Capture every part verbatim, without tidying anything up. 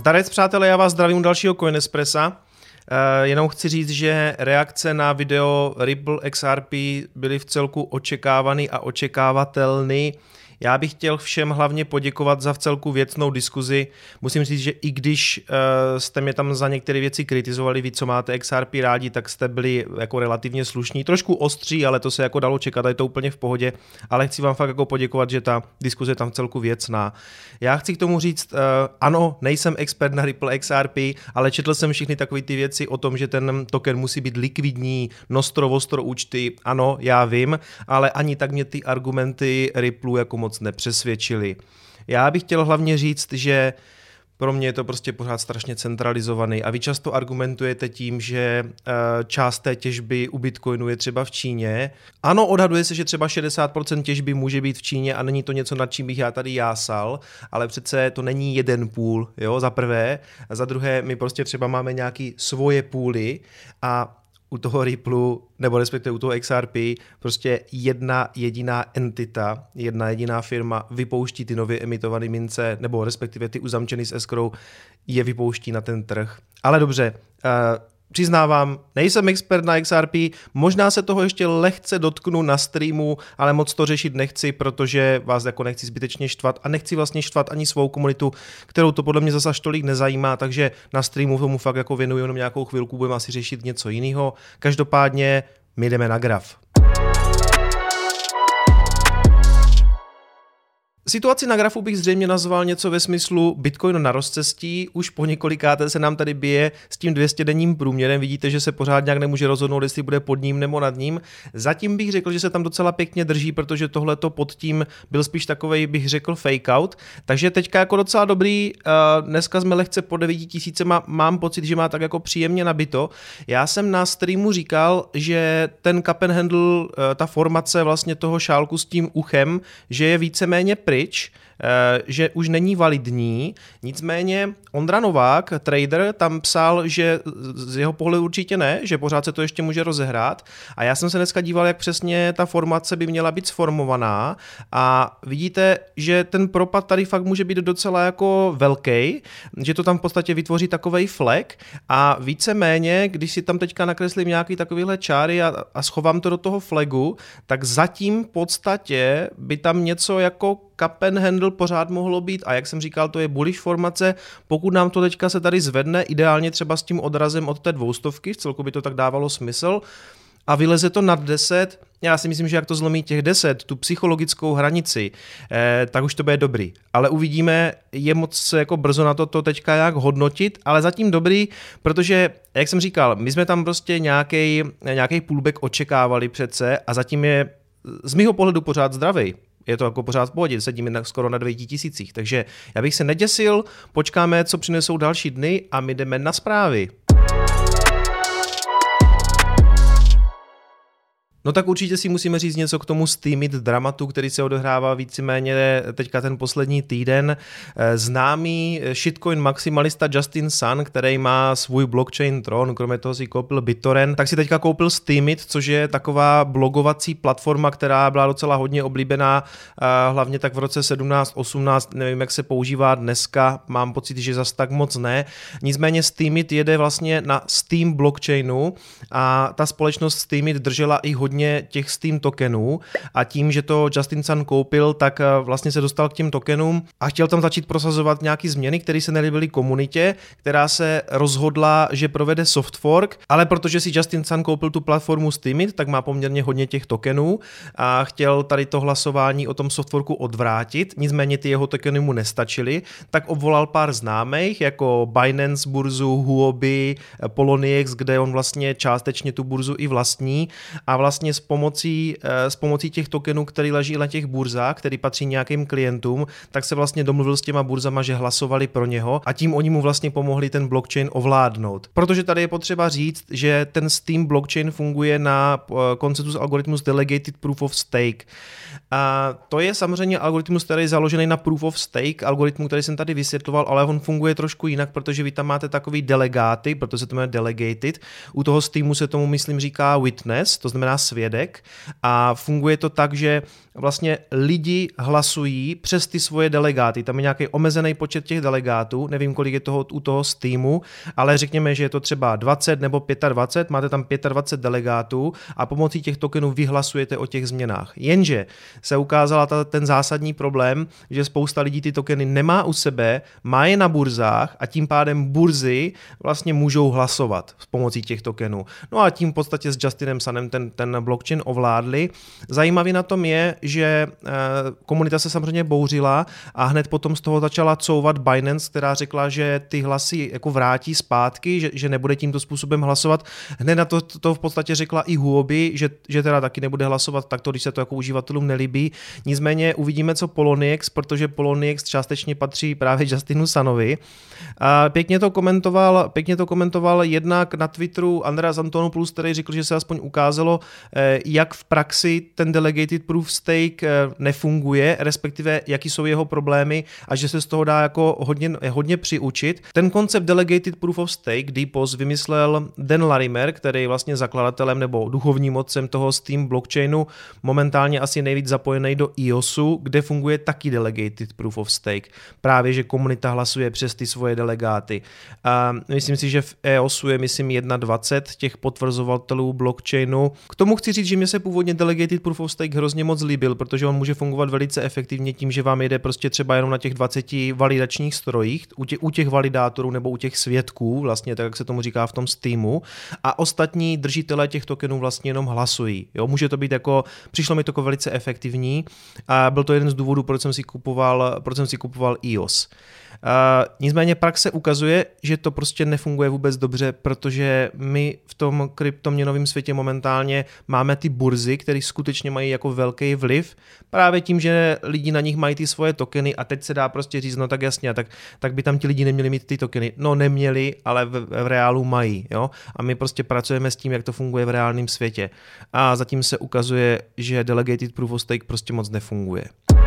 Zdarec, přátelé, já vás zdravím u dalšího Coinespressa. Uh, jenom chci říct, že reakce na video Ripple X R P byly v celku očekávaný a očekávatelný. Já bych chtěl všem hlavně poděkovat za vcelku věcnou diskuzi. Musím říct, že i když uh, jste mě tam za některé věci kritizovali, vy, co máte X R P rádi, tak jste byli jako relativně slušní. Trošku ostří, ale to se jako dalo čekat, je to úplně v pohodě. Ale chci vám fakt jako poděkovat, že ta diskuze je tam vcelku věcná. Já chci k tomu říct, uh, ano, nejsem expert na Ripple X R P, ale četl jsem všechny takové ty věci o tom, že ten token musí být likvidní, nostro, vostro účty. Ano, já vím, ale ani tak mě ty argumenty Ripple jako moc nepřesvědčili. Já bych chtěl hlavně říct, že pro mě je to prostě pořád strašně centralizovaný a vy často argumentujete tím, že část té těžby u Bitcoinu je třeba v Číně. Ano, odhaduje se, že třeba šedesát procent těžby může být v Číně a není to něco, nad čím bych já tady jásal, ale přece to není jeden půl, jo, za prvé. A za druhé, my prostě třeba máme nějaký svoje půly a u toho Ripple, nebo respektive u toho X R P, prostě jedna jediná entita, jedna jediná firma vypouští ty nově emitované mince, nebo respektive ty uzamčený s escrow, je vypouští na ten trh. Ale dobře, uh, přiznávám, nejsem expert na X R P, možná se toho ještě lehce dotknu na streamu, ale moc to řešit nechci, protože vás jako nechci zbytečně štvat a nechci vlastně štvat ani svou komunitu, kterou to podle mě zase až tolik nezajímá, takže na streamu tomu fakt jako věnuju jenom nějakou chvilku, budeme asi řešit něco jiného. Každopádně my jdeme na graf. Situaci na grafu bych zřejmě nazval něco ve smyslu Bitcoin na rozcestí, už po několikáté se nám tady bije s tím dvě stě denním průměrem, vidíte, že se pořád nějak nemůže rozhodnout, jestli bude pod ním nebo nad ním. Zatím bych řekl, že se tam docela pěkně drží, protože tohleto pod tím byl spíš takovej, bych řekl, fake out, takže teďka jako docela dobrý, dneska jsme lehce po devěti tisícema, mám pocit, že má tak jako příjemně nabito. Já jsem na streamu říkal, že ten cup and handle, ta formace vlastně toho šálku s tím uchem, že je víceméně pryč, že už není validní, nicméně Ondra Novák, trader, tam psal, že z jeho pohledu určitě ne, že pořád se to ještě může rozehrát a já jsem se dneska díval, jak přesně ta formace by měla být sformovaná a vidíte, že ten propad tady fakt může být docela jako velký, že to tam v podstatě vytvoří takovej flek a víceméně, když si tam teďka nakreslím nějaký takovýhle čáry a, a schovám to do toho flagu, tak zatím v podstatě by tam něco jako cup and handle pořád mohlo být a jak jsem říkal, to je bullish formace, pokud nám to teďka se tady zvedne, ideálně třeba s tím odrazem od té dvoustovky, v celku by to tak dávalo smysl a vyleze to nad deset, já si myslím, že jak to zlomí těch deset, tu psychologickou hranici, eh, tak už to bude dobrý. Ale uvidíme, je moc jako brzo na to, to teďka jak hodnotit, ale zatím dobrý, protože, jak jsem říkal, my jsme tam prostě nějaký nějaký pullback očekávali přece a zatím je z mýho pohledu pořád zdravý. Je to jako pořád v pohodě, sedíme na, skoro na dvěti tisících, takže já bych se neděsil, počkáme, co přinesou další dny a my jdeme na zprávy. No tak určitě si musíme říct něco k tomu Steemit dramatu, který se odehrává víceméně teďka ten poslední týden. Známý shitcoin maximalista Justin Sun, který má svůj blockchain Tron, kromě toho si koupil BitTorrent, tak si teďka koupil Steemit, což je taková blogovací platforma, která byla docela hodně oblíbená, hlavně tak v roce sedmnáct osmnáct, nevím, jak se používá dneska, mám pocit, že zas tak moc ne. Nicméně Steemit jede vlastně na Steem blockchainu a ta společnost Steemit držela i hodně těch Steem tokenů a tím, že to Justin Sun koupil, tak vlastně se dostal k těm tokenům a chtěl tam začít prosazovat nějaký změny, které se nelíbily komunitě, která se rozhodla, že provede soft fork, ale protože si Justin Sun koupil tu platformu Steemit, tak má poměrně hodně těch tokenů a chtěl tady to hlasování o tom soft forku odvrátit, nicméně ty jeho tokeny mu nestačily, tak obvolal pár známých, jako Binance burzu, Huobi, Poloniex, kde on vlastně částečně tu burzu i vlastní a vlastně s pomocí, s pomocí těch tokenů, který leží na těch burzách, který patří nějakým klientům, tak se vlastně domluvil s těma burzama, že hlasovali pro něho a tím oni mu vlastně pomohli ten blockchain ovládnout. Protože tady je potřeba říct, že ten Steem blockchain funguje na konsensus algoritmus Delegated Proof of Stake. A to je samozřejmě algoritmus, který je založený na Proof of Stake, algoritmu, který jsem tady vysvětloval, ale on funguje trošku jinak, protože vy tam máte takový delegáty, proto se to jmenuje Delegated. U toho Steemu se tomu, myslím, říká Witness, to znamená svědek. svědek a funguje to tak, že vlastně lidi hlasují přes ty svoje delegáty. Tam je nějaký omezený počet těch delegátů, nevím, kolik je toho u toho Steamu, ale řekněme, že je to třeba dvacet nebo dvacet pět, máte tam dvacet pět delegátů a pomocí těch tokenů vyhlasujete o těch změnách. Jenže se ukázala ta, ten zásadní problém, že spousta lidí ty tokeny nemá u sebe, má je na burzách a tím pádem burzy vlastně můžou hlasovat s pomocí těch tokenů. No a tím v podstatě s Justinem Sunem ten, ten blockchain ovládli. Zajímavý na tom je, že eh, komunita se samozřejmě bouřila a hned potom z toho začala couvat Binance, která řekla, že ty hlasy jako vrátí zpátky, že, že nebude tímto způsobem hlasovat. Hned na to, to v podstatě řekla i Huobi, že, že teda taky nebude hlasovat takto, když se to jako uživatelům nelíbí. Nicméně uvidíme, co Poloniex, protože Poloniex částečně patří právě Justinu Sunovi. A pěkně to komentoval, pěkně to komentoval jednak na Twitteru Andreas Antonopoulos, který řekl, že se aspoň ukázalo, jak v praxi ten delegated proof stake nefunguje, respektive jaký jsou jeho problémy a že se z toho dá jako hodně, hodně přiučit. Ten koncept delegated proof of stake D P O S vymyslel Dan Larimer, který je vlastně zakladatelem nebo duchovním otcem toho Steam blockchainu, momentálně asi nejvíc zapojený do E O S u, kde funguje taky delegated proof of stake. Právě, že komunita hlasuje přes ty svoje delegáty. A myslím si, že v E O S u je myslím dvacet jedna těch potvrzovatelů blockchainu. K tomu chci říct, že mě se původně delegated proof of stake hrozně moc líbil, protože on může fungovat velice efektivně tím, že vám jede prostě třeba jenom na těch dvaceti validačních strojích, u těch, u těch validátorů nebo u těch svědků, vlastně tak, jak se tomu říká v tom Steamu, a ostatní držitelé těch tokenů vlastně jenom hlasují. Jo, může to být jako, přišlo mi to jako velice efektivní a byl to jeden z důvodů, proč jsem si kupoval, proč jsem si kupoval E O S. Uh, nicméně praxe ukazuje, že to prostě nefunguje vůbec dobře, protože my v tom kryptoměnovém světě momentálně máme ty burzy, které skutečně mají jako velký vliv, právě tím, že lidi na nich mají ty svoje tokeny a teď se dá prostě říct, no tak jasně, tak, tak by tam ti lidi neměli mít ty tokeny. No neměli, ale v, v reálu mají, jo? A my prostě pracujeme s tím, jak to funguje v reálném světě. A zatím se ukazuje, že delegated proof of stake prostě moc nefunguje.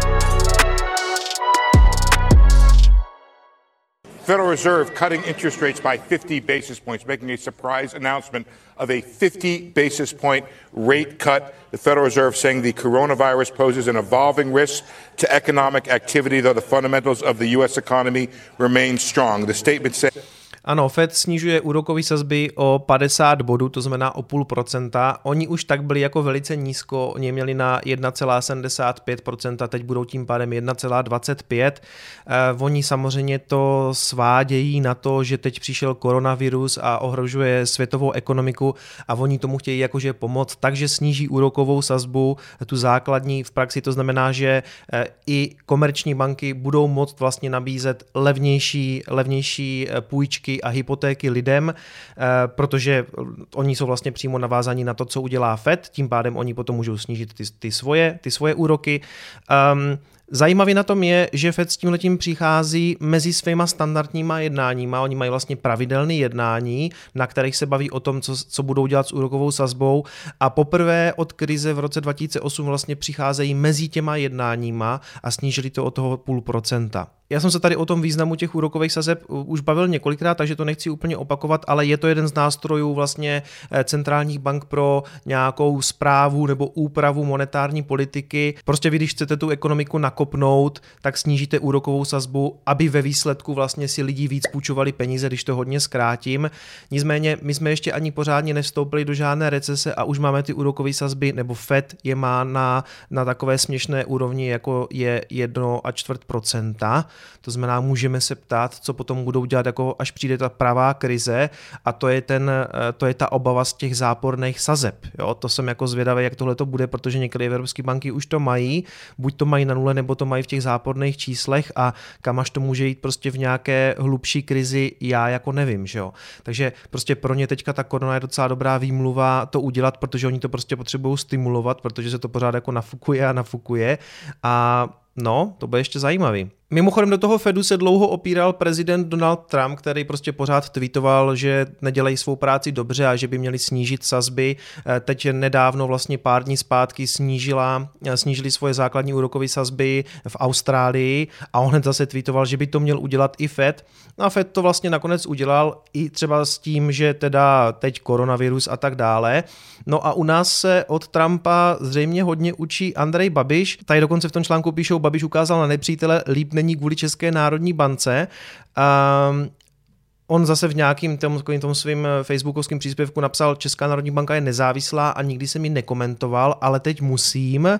Federal Reserve cutting interest rates by fifty basis points, making a surprise announcement of a fifty basis point rate cut. The Federal Reserve saying the coronavirus poses an evolving risk to economic activity, though the fundamentals of the U S economy remain strong. The statement said... Ano, Fed snižuje úrokové sazby o padesát bodů, to znamená o půl procenta. Oni už tak byli jako velice nízko, oni měli na jedna celá sedmdesát pět procenta, teď budou tím pádem jedna celá dvacet pět. Eh, oni samozřejmě to svádějí na to, že teď přišel koronavirus a ohrožuje světovou ekonomiku a oni tomu chtějí jakože pomoct, takže sníží úrokovou sazbu, tu základní v praxi, to znamená, že eh, i komerční banky budou moct vlastně nabízet levnější, levnější půjčky a hypotéky lidem, protože oni jsou vlastně přímo navázaní na to, co udělá Fed, tím pádem oni potom můžou snížit ty, ty, svoje, ty svoje úroky. Um, Zajímavý na tom je, že Fed s tímhletím přichází mezi svýma standardníma jednáníma. Oni mají vlastně pravidelné jednání, na kterých se baví o tom, co, co budou dělat s úrokovou sazbou. A poprvé od krize v roce dva tisíce osm vlastně přicházejí mezi těma jednáníma a snížili to o toho půl procenta. Já jsem se tady o tom významu těch úrokových sazeb už bavil několikrát, takže to nechci úplně opakovat, ale je to jeden z nástrojů vlastně centrálních bank pro nějakou správu nebo úpravu monetární politiky. Prostě vy, když chcete tu ekonomiku nakopnout, tak snížíte úrokovou sazbu, aby ve výsledku vlastně si lidi víc půjčovali peníze, když to hodně zkrátím. Nicméně my jsme ještě ani pořádně nevstoupili do žádné recese a už máme ty úrokové sazby, nebo Fed je má na, na takové směšné úrovni, jako je jedno a čtvrt procenta. To znamená, můžeme se ptát, co potom budou dělat, jako až přijde ta pravá krize, a to je, ten, to je ta obava z těch záporných sazeb. Jo? To jsem jako zvědavý, jak tohle to bude, protože některé evropské banky už to mají, buď to mají na nule, nebo to mají v těch záporných číslech, a kam až to může jít prostě v nějaké hlubší krizi, já jako nevím. Že jo? Takže prostě pro ně teďka ta korona je docela dobrá výmluva to udělat, protože oni to prostě potřebují stimulovat, protože se to pořád jako nafukuje a nafukuje, a no, to bude ještě zajímavý. Mimochodem do toho Fedu se dlouho opíral prezident Donald Trump, který prostě pořád tweetoval, že nedělají svou práci dobře a že by měli snížit sazby. Teď nedávno vlastně pár dní zpátky snížila, snížili svoje základní úrokové sazby v Austrálii a on hned zase tweetoval, že by to měl udělat i Fed. A Fed to vlastně nakonec udělal i třeba s tím, že teda teď koronavirus a tak dále. No a u nás se od Trumpa zřejmě hodně učí Andrej Babiš. Tady dokonce v tom článku píšou, Babiš ukázal na nepřítele, líp není kvůli České národní bance. Um, on zase v nějakým tom, tom svým facebookovském příspěvku napsal, Česká národní banka je nezávislá a nikdy jsem ji nekomentoval, ale teď musím.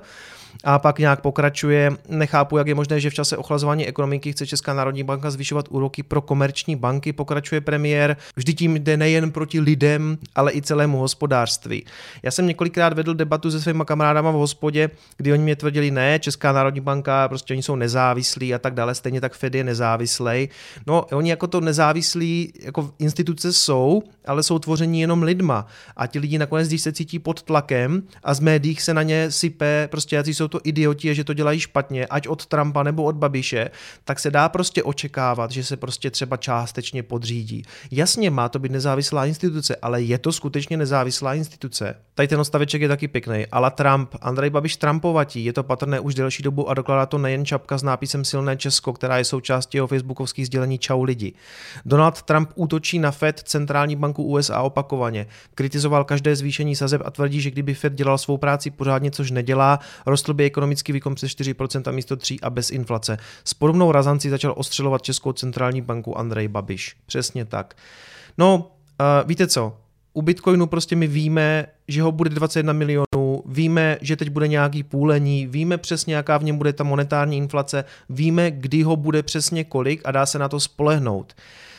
A pak nějak pokračuje, nechápu, jak je možné, že v čase ochlazování ekonomiky chce Česká národní banka zvyšovat úroky pro komerční banky, pokračuje premiér. Vždy tím jde nejen proti lidem, ale i celému hospodářství. Já jsem několikrát vedl debatu se svýma kamarádama v hospodě, kdy oni mě tvrdili, ne, Česká národní banka, prostě oni jsou nezávislí a tak dále, stejně tak Fed je nezávislej. No, oni jako to nezávislí jako instituce jsou, ale jsou tvoření jenom lidma. A ti lidi nakonec, když se cítí pod tlakem a z médií se na ně sype, prostě jací jsou to idioti, že to dělají špatně, ať od Trumpa nebo od Babiše, tak se dá prostě očekávat, že se prostě třeba částečně podřídí. Jasně, má to být nezávislá instituce, ale je to skutečně nezávislá instituce. Tady ten odstaveček je taky pěkný. Ale Trump, Andrej Babiš Trumpovatí, je to patrné už delší dobu a dokládá to nejen čapka s nápisem Silné Česko, která je součástí jeho facebookovských sdělení Čau lidi. Donald Trump útočí na Fed, centrální banku U S A opakovaně. Kritizoval každé zvýšení sazeb a tvrdí, že kdyby Fed dělal svou práci pořádně, což nedělá, rostl by ekonomický výkon přes čtyři procenta místo tří a bez inflace. S podobnou razancí začal ostřelovat Českou centrální banku Andrej Babiš. Přesně tak. No, uh, víte co? U Bitcoinu prostě my víme, že ho bude dvacet jedna milionů, víme, že teď bude nějaký půlení, víme přesně, jaká v něm bude ta monetární inflace, víme, kdy ho bude přesně kolik a dá se na to spolehnout.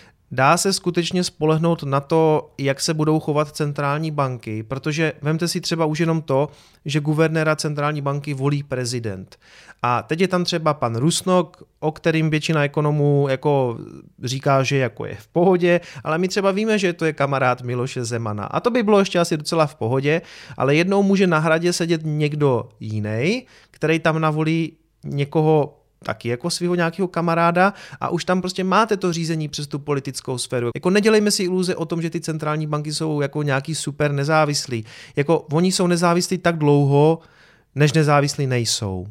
Dá se skutečně spolehnout na to, jak se budou chovat centrální banky, protože vemte si třeba už jenom to, že guvernéra centrální banky volí prezident. A teď je tam třeba pan Rusnok, o kterým většina ekonomů jako říká, že jako je v pohodě, ale my třeba víme, že to je kamarád Miloše Zemana. A to by bylo ještě asi docela v pohodě, ale jednou může na hradě sedět někdo jiný, který tam navolí někoho taky jako svého nějakého kamaráda a už tam prostě máte to řízení přes tu politickou sféru. Jako nedělejme si iluze o tom, že ty centrální banky jsou jako nějaký super nezávislí. Jako oni jsou nezávislí tak dlouho, než nezávislí nejsou.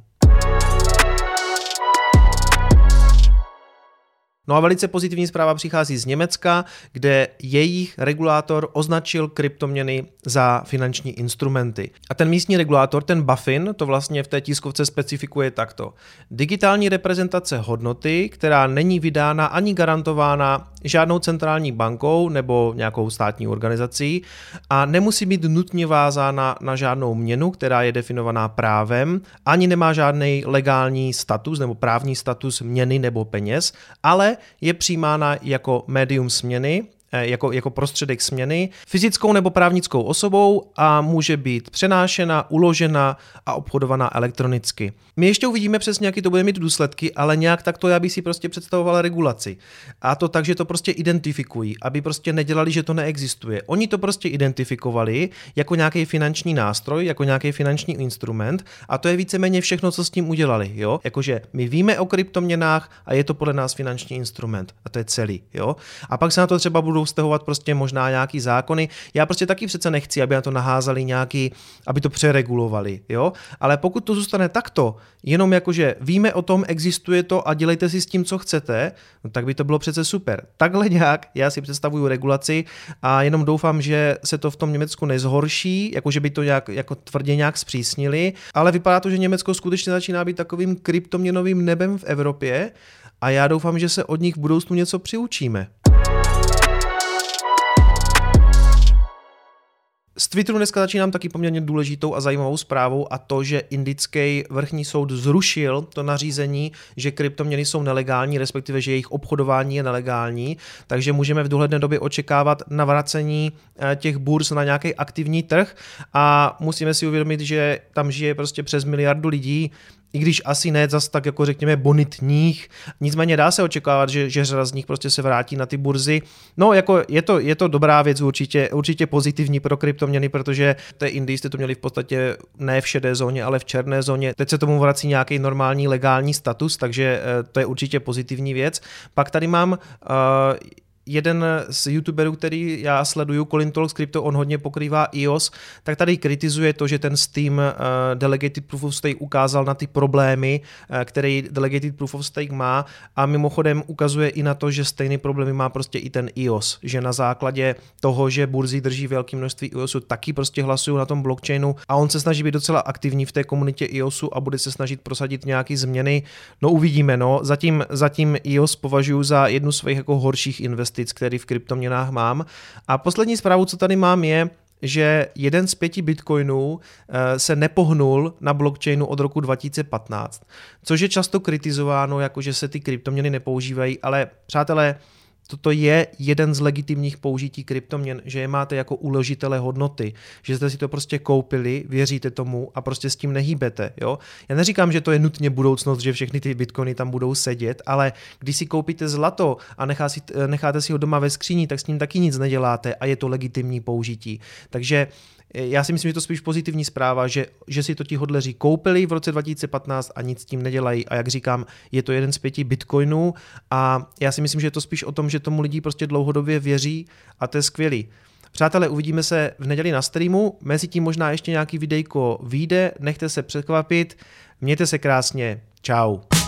No a velice pozitivní zpráva přichází z Německa, kde jejich regulátor označil kryptoměny za finanční instrumenty. A ten místní regulátor, ten BaFin, to vlastně v té tiskovce specifikuje takto. Digitální reprezentace hodnoty, která není vydána ani garantována žádnou centrální bankou nebo nějakou státní organizací a nemusí být nutně vázána na žádnou měnu, která je definovaná právem, ani nemá žádný legální status nebo právní status měny nebo peněz, ale je přijímána jako médium směny, jako, jako prostředek směny, fyzickou nebo právnickou osobou a může být přenášena, uložena a obchodovaná elektronicky. My ještě uvidíme přesně, jaký to bude mít důsledky, ale nějak takto já bych si prostě představoval regulaci. A to tak, že to prostě identifikují, aby prostě nedělali, že to neexistuje. Oni to prostě identifikovali jako nějaký finanční nástroj, jako nějaký finanční instrument a to je víceméně všechno, co s tím udělali. Jo? Jakože my víme o kryptoměnách a je to podle nás finanční instrument a to je celý. Jo? A pak se na to třeba budou vztahovat prostě možná nějaký zákony. Já prostě taky přece nechci, aby na to naházali nějaký, aby to přeregulovali, jo? Ale pokud to zůstane takto, jenom jakože víme o tom, existuje to a dělejte si s tím, co chcete, no tak by to bylo přece super. Takhle nějak já si představuju regulaci a jenom doufám, že se to v tom Německu nezhorší, jakože by to nějak, jako tvrdě nějak zpřísnili, ale vypadá to, že Německo skutečně začíná být takovým kryptoměnovým nebem v Evropě a já doufám, že se od nich v budoucnu něco přiučíme. Z Twitteru dneska začínám taky poměrně důležitou a zajímavou zprávou a to, že indický vrchní soud zrušil to nařízení, že kryptoměny jsou nelegální, respektive, že jejich obchodování je nelegální, takže můžeme v dohledné době očekávat navracení těch burz na nějaký aktivní trh a musíme si uvědomit, že tam žije prostě přes miliardu lidí i když asi ne zas tak jako řekněme bonitních, nicméně dá se očekávat, že, že řada z nich prostě se vrátí na ty burzy. No jako je to, je to dobrá věc určitě, určitě pozitivní pro kryptoměny, protože té Indii jste to měli v podstatě ne v šedé zóně, ale v černé zóně. Teď se tomu vrací nějaký normální legální status, takže to je určitě pozitivní věc. Pak tady mám uh, jeden z youtuberů, který já sleduju, Colin Talks Crypto, on hodně pokrývá E O S, tak tady kritizuje to, že ten Steam uh, Delegated Proof of Stake ukázal na ty problémy, uh, který Delegated Proof of Stake má a mimochodem ukazuje i na to, že stejné problémy má prostě i ten E O S, že na základě toho, že burzy drží velké množství E O Su, taky prostě hlasují na tom blockchainu a on se snaží být docela aktivní v té komunitě E O Su a bude se snažit prosadit nějaké změny. No uvidíme, no. Zatím, zatím E O S považuji za jednu z svých jako horších investic, který v kryptoměnách mám. A poslední zprávu, co tady mám, je, že jeden z pěti bitcoinů se nepohnul na blockchainu od roku dva tisíce patnáct, což je často kritizováno, jako že se ty kryptoměny nepoužívají, ale přátelé, toto je jeden z legitimních použití kryptoměn, že je máte jako uložitele hodnoty, že jste si to prostě koupili, věříte tomu a prostě s tím nehýbete. Jo? Já neříkám, že to je nutně budoucnost, že všechny ty bitcoiny tam budou sedět, ale když si koupíte zlato a nechá si, necháte si ho doma ve skříni, tak s ním taky nic neděláte a je to legitimní použití. Takže já si myslím, že to spíš pozitivní zpráva, že, že si to ti hodleři koupili v roce dva tisíce patnáct a nic s tím nedělají. A jak říkám, je to jeden z pěti bitcoinů a já si myslím, že je to spíš o tom, že tomu lidi prostě dlouhodobě věří a to je skvělý. Přátelé, uvidíme se v neděli na streamu, mezi tím možná ještě nějaký videjko vyjde, nechte se překvapit, mějte se krásně, čau.